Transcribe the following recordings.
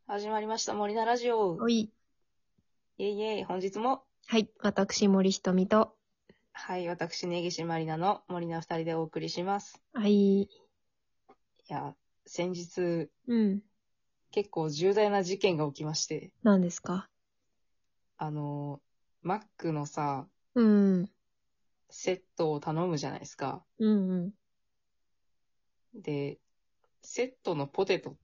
始まりました、森菜ラジオ。 おい。 イェイイェイ、本日も、 はい。私、森ひとみと。 はい、私、根岸まりなの森菜二人でお送りします。 はい。 いや、先日、 うん。 結構重大な事件が起きまして、 何ですか？ あの、マックのさ、 うん。 セットを頼むじゃないですか。 うんうん。 で、セットのポテトって、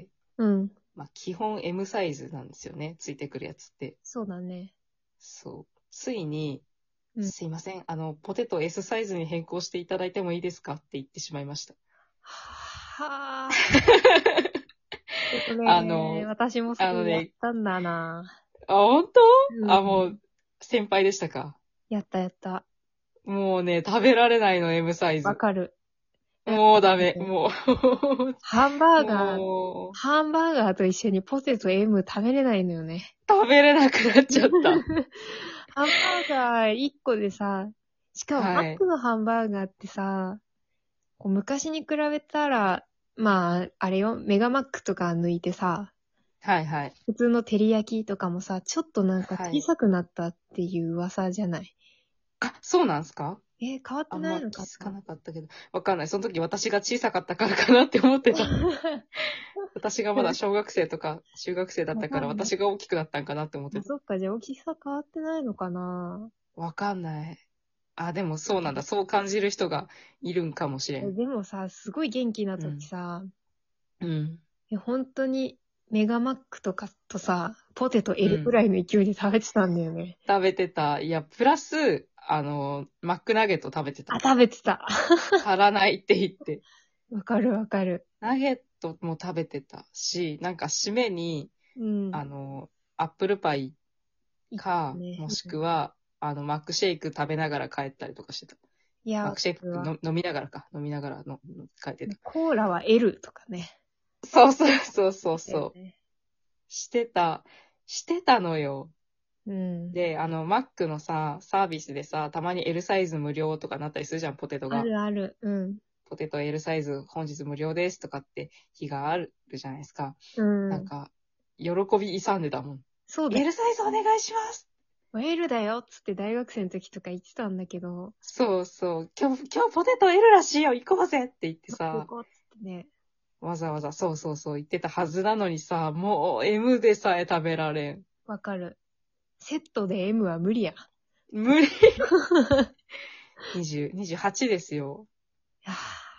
うん。 基本 M サイズなんですよね、ついてくるやつって。 そうだね。 そう。ついに、 うん。 すいません、ポテト S サイズに変更していただいてもいいですかって言ってしまいました。 はあ。こあれ、 の、 私もそれやっあのね、 たんだな。 本当？もうん。 う、先輩でしたか？ やったやった。 もうね、食べられないの、M サイズ。 わかる。だってもうダメ。 ね、 もハンバう、 ーガー、 もう、 ハンバーガーと一緒にポテト M 食べれないのよね。 食べれなくなっちゃった。 ハンバーガー1個でさ、しかもマッはい。 クのハンバーガーってさ、こう昔に比べたら、まあ、あれよ、メガマックとか抜いてさ、 はいはい。 普通の照り焼きとかもさ、ちょっとなんかはい。 小さくなったっていう噂じゃない？ あ、そうなんすか？ 変わってあんないま気づかのかな？ なかったけど。わかんない。その時私が小さかったからかなって思ってた。私がまだ小学生とか中学生だったからわかんない。 私が大きくなったんかなって思ってあ、 た。 そっか、じゃあ大きさ変わってないのかな？ わかんない。あ、でもそうなんだ。そう感じる人がいるんかもしれん。 でもさ、すごい元気なうん。 時さ、 うん。 本当にメガマックとかとさ、ポテトう L ぐん。 らいの勢いで食べてたんだよね。 食べてた。いや、プラス、マックナゲット食べてあ、 た。 食べてた。 足らないって言って。 わかるわかる。 ナゲットも食べてたし、なんか締めに、 うん。 あの、アップルパイいいか、 ね。 もしうん。 くは、マックシェイク食べながら帰ったりとかしてた。 いや、わかマックシェイるわ。 ク飲みながらか。飲みながらの帰ってた。 コーラは L とかね。 そうそうそうそうだよそう。 ね。 してた。してたのよ。 うん。 で、マックのさ、サービスでさ、たまに L サイズ無料とかなったりするじゃん、ポテトあが。 るある。うん。 ポテト L サイズ本日無料ですとかって日があるじゃないですか。 うん。 なんか、喜び勇んでたもん。 そうだよ。 L サイズお願いします。 L だよっつって大学生の時とか言ってたんだけど、 そうそう。今日ポテト L らしいよ、行こうぜって言ってさ、 どこっつってね。 わざわざそうそうそう言ってたはずなのにさ、もう M でさえ食べられん。 わかる。セットで M は無理や。 無理。28ですよ。 いや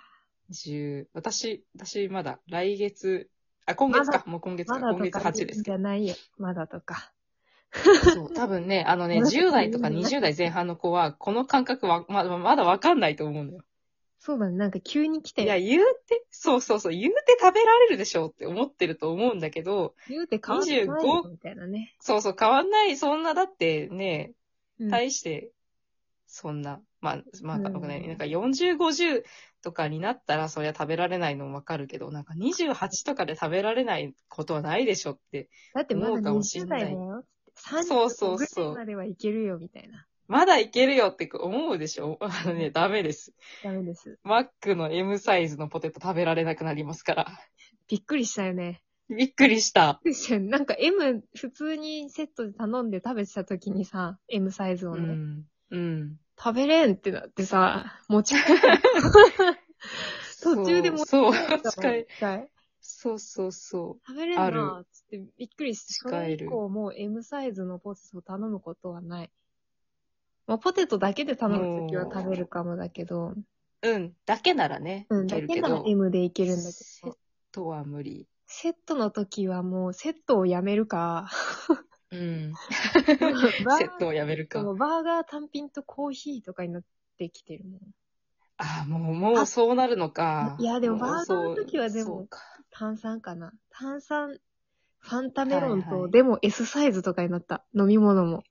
私まだ来月、今まだ、 月か、もう今月か、今月まだとか 8ですけど。 じゃないよ。まだとか。 そう、多分ね、 まだと 10 か言代とかうんじゃなく 20代前て。 半の子は、この感覚はまだわかんないと思うんだよ。 そうだね。なんか急に来たいや、 よ。 そうそうそう、言うて食べられるでしょうって思ってると思うんだけど、 言うて変わってないよ、 25、 みたいなね。 そうそう、変わんない、そんな、だってね、 うん。 対して、そんな、 うなんかん。 40、50とかになったら、そりゃ食べられないのもわかるけど、なんか28とかで食べられないことはないでしょってだってまだ思うかもし 20 んない。 代だよ。 そう 35ぐらいそうそう。 まではいけるよ、みたいな。 まだいけるよって思うでしょ？ ね、 ダメです。 ダメです。 マックの M サイズのポテト食べられなくなりますから。 びっくりしたよね。 びっくりした。 びっくりしたよね。なんか M、普通にセットで頼んで食べてた時にさ、M サイズをね、 うん。うん。 食べれんってなってさ、持ち帰った。途中でそう、 持ちそう、 帰ったの、一使え、 回。 そうそうそう。 食べれんある。 なーっつってびっくりして、それ以使える。 降もう M サイズのポテトを頼むことはない。まあ、ポテトだけで頼むときは食べるもかもだけど、 う、うん。だけならね、 うん、 いけだけならるけど、 M でいけるんだけセッど、 トは無理。 セットの時はもうセットをやめるか、 うん。 バー、 セットをやめるか。 そのバーガー単品とコーヒーとかになってきてるもん。 ああ、もうあ、 そうなるのか。 いやでもバーもうガーの時はでもそうか。 炭酸かな。炭酸、ファンタメロンと、 はいはい。 でも S サイズとかになった。飲み物も。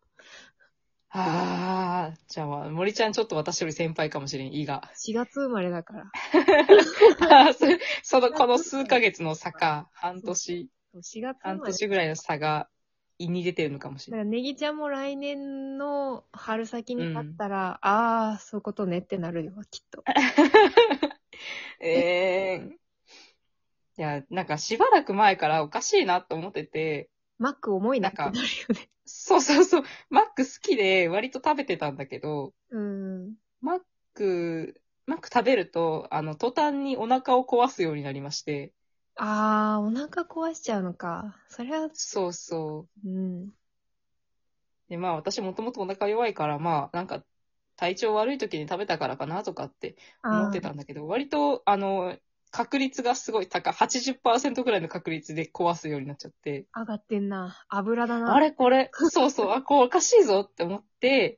ああ、じゃあ、森ちゃんちょっと私より先輩かもしれん、胃が。 4月生まれだから。 あーこの 4月生まれ。 数ヶ月の差か、 そうそうそう。4月生半まれ。 年ぐらいの差が胃に出てるのかもしれだから、ネギちゃんも来年の春先ん。うに買っん。 たら、ああ、そういうことねってなるよ、きっと。 えいや、なんかしばらく前からおかしいなと思ってて、 マック重いなってなるよね。 そうそうそう、マック好きで割と食べてたんだけど、 うん。 マッマック食べると、途端にお腹を壊すようになりまして、 あー、お腹壊しちゃうのか。それは、 そうそう。 うん。 で、まあ私もともとお腹弱いから、まあなんか体調悪い時に食べたからかなとかって思ってあー、 たんだけど、割と、確率がすごい高い、80%ぐらいの確率で壊すようになっちゃって、 上がってんな。油だな。 あれこれ、そうそう、こうおかしいぞって思って、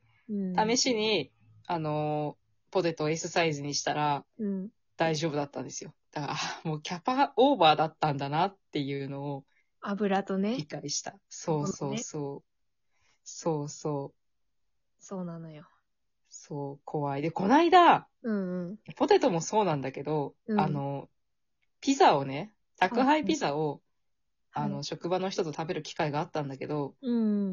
うん。 試しに、ポテトを S サイズにしたらうん。 大丈夫だったんですよ。だから、もうキャパオーバーだったんだなっていうのを油とね。 理解した。そうそうそのね。 そう。そうそう。 そうなのよ。 そう、怖い。で、こないだ、 うんうん。 ポテトもそうなんだけど、 うん。 ピザをね、宅はい。 配ピザを、 はい。 職場の人と食べる機会があったんだけど、 うんうん。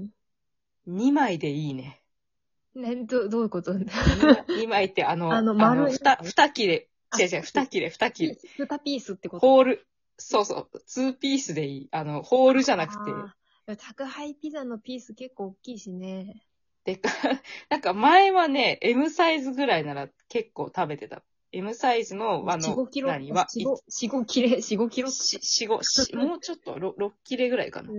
2枚でいいね。 ね、どういうこと？ 2枚って丸い。 2切れ、 あ、 違う違う、2切れ、2切れ。 2ピースってこと？ ホール、そうそう、2ピースでいい。ホールじゃなくて、 ああ、宅配ピザのピース結構大きいしね。 でか、なんか前はね、M サイズぐらいなら結構食べてた。M サイズの、 4、5キロ、 何は、 4、5キレ、4、5キロってもうちょっと、6切れぐらいかな。 うん。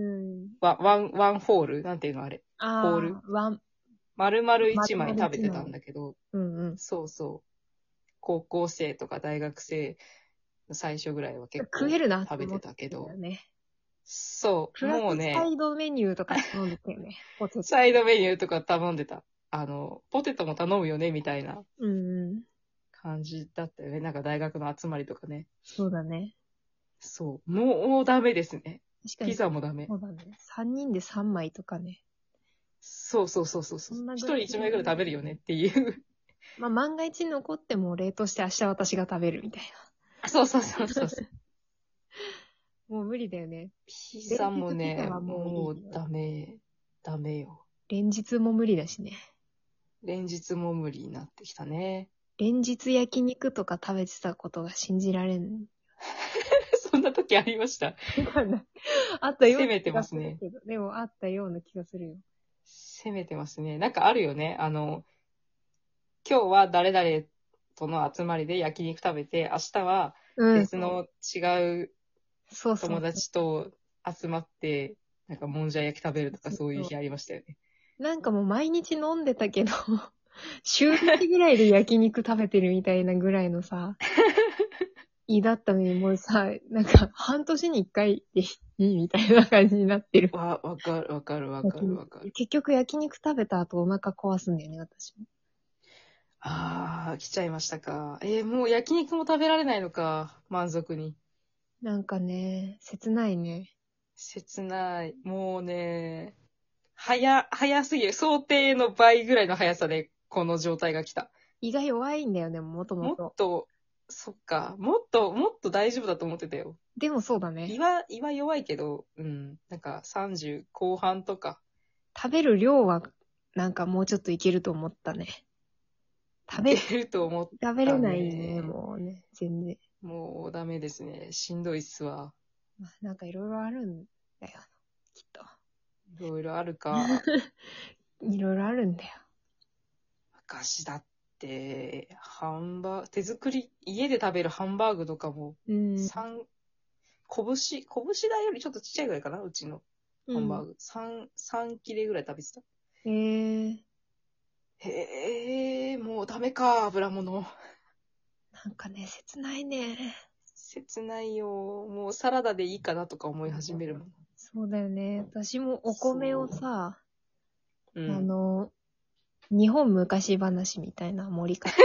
ワンホールなんていうのあれ。ホールああ、 丸々1枚丸々1 食べてたん枚。 だけど、 うんうん。 そうそう。高校生とか大学生の最初ぐらいは結構食えるなって食べて思ってたけど、 たよね。 そう、 プラスもうね、 サイドメニューとか頼んでたよね。ポテト。 サイドメニューとか頼んでた。ポテトも頼むよね、みたいなうんうん。 感じだったよね。なんか大学の集まりとかね。 そうだね。 そう。もうダメですね。ピ確かに。 ザもダメ。 そうだね。3人で3枚とかね。 そうそうそうそうそう。 そんなぐ一人らいで。 一枚ぐらい食べるよねっていう。 まあ、万が一残っても冷凍して明日私が食べるみたいそうそうそうそうそう。 な。もう無理だよね。連ピザもね、 日ピザはもういいよ。 もうダメ。ダメよ。 連日も無理だしね。 連日も無理になってきたね。 連日焼肉とか食べてたことが信じられん。 そんな時ありました。 わかんない。あったよう攻めてな気がますね。 するけど。でもあったような気がするよ。 攻めてますね。なんかあるよね。今日は誰々との集まりで焼肉食べて、明日はうん。 別の違う友そうそうそう。 達と集まって、なんかもんじゃ焼き食べるとかそうそうそういう日ありましたよね。 なんかもう毎日飲んでたけど、週1ぐらいで焼肉食べてるみたいなぐらいのさ、胃だったのにもうさ、なんか半年に1回でいいみたいな感じになってる。 わかるわかるわかるわかる。 結局焼肉食べた後お腹壊すんだよね、私も。 あー、来ちゃいましたか。もう焼肉も食べられないのか。満足に。 なんかね、切ないね。 切ない。もうね、早すぎる。想定の倍ぐらいの速さでこの状態が来た。 胃が弱いんだよね、もとももっと。 と、そっか。もっと大丈夫だと思ってたよ。 でもそうだね。 胃は弱いけど、うん。なんか30後半とか。 食べる量は、なんかもうちょっといけると思ったね。 いけると思った食べれないね、 ね。 もうね、全然。 もうダメですね。しんどいっすわ。 まあ、なんかいろいろあるんだよ。きっと。 いろいろあるか。 いろいろあるんだよ。 昔だって、手作り、家で食べるハンバーグとかも、 うん。 拳台よりちょっとちっちゃいぐらいかな、うちのハンバーグ。3切れぐらい食べてた。 えー、 へえ、もうダメか、油物。 なんかね、切ないね。 切ないよ。もうサラダでいいかなとか思い始めるもん。 そうだよね。私もお米をさ、 うん。 日本昔話みたいな盛り方。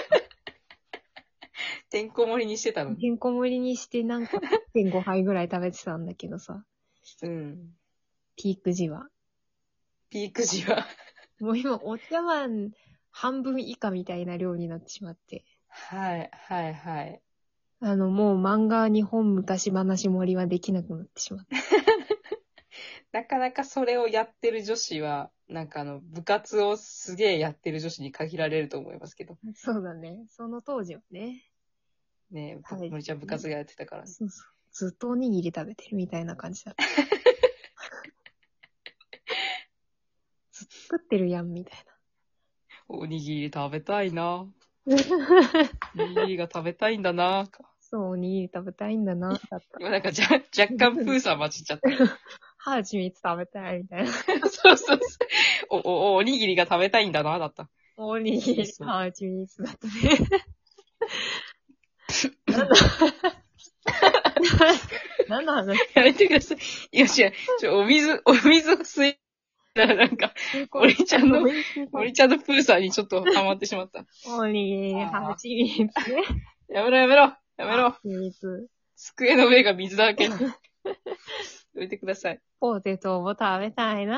てんこ盛りにしてたのに。 てんこ盛りにしてなんか1.5杯ぐらい食べてたんだけどさ、 うん。 ピーク時は。 ピーク時は。 もう今お茶碗半分以下みたいな量になってしまって。 はい、はい、はい。 もう漫画日本昔話盛りはできなくなってしまった。 なかなかそれをやってる女子は、なんか部活をすげえやってる女子に限られると思いますけど。 そうだね。その当時はね。 ねえ、 食べて森ちゃん部活がやってたからね。 そうそう。 ずっとおにぎり食べてるみたいな感じだった。ずっと食ってるやん、みたいおにぎり食べたいな。 な。 おにぎりが食べたいんだな。 そう、おにぎり食べたいんだな、だった。 今なんか若干プーさん混じっちゃった。 ハチミツ食べたい、みたいな。 そうそうそう。おにぎりが食べたいんだな、だった。 おにぎり、 そうハチミツだったね。何の話？ やめてください。いや、違う。お水吸い、なんか、森ちゃんのプーさんにちょっとハマってしまった。 おにぎり、ハチミツね。 やめろやめろやめろ。 ハチミツ。 机の上が水だらけ。やめてください。 ポテトも食べたいな。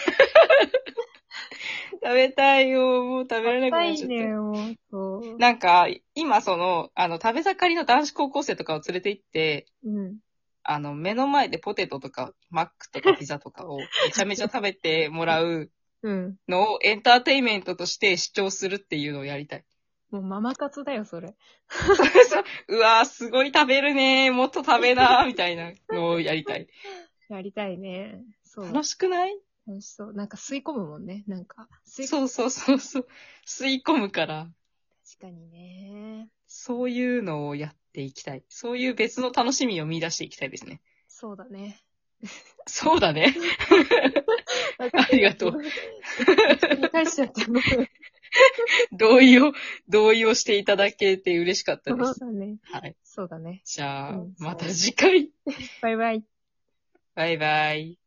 食べたいよ。もう食べられなくなっちゃった。 食べたいね、もう。そう。 なんか、今食べ盛りの男子高校生とかを連れて行って、 うん。 目の前でポテトとか、マックとかピザとかをめちゃめちゃ食べてもらううん。 のをエンターテインメントとして視聴するっていうのをやりたい。 もうママ活だよ、それ。 うわー、すごい食べるねー、もっと食べなー、みたいなのをやりたい。 やりたいね。そう。 楽しくない？ 楽しそう。なんか吸い込むもんね。なんか。 そうそうそうそう。吸い込むから、 確かにね。 そういうのをやっていきたい。そういう別の楽しみを見出していきたいですね。 そうだね。 そうだね。ありがとう。 繰り返しちゃったの。 同意をしていただけて嬉しかったです。 そうだね。 はい。 そうだね。 じゃあ、 うんまた次回。 バイバイ。 バイバイ。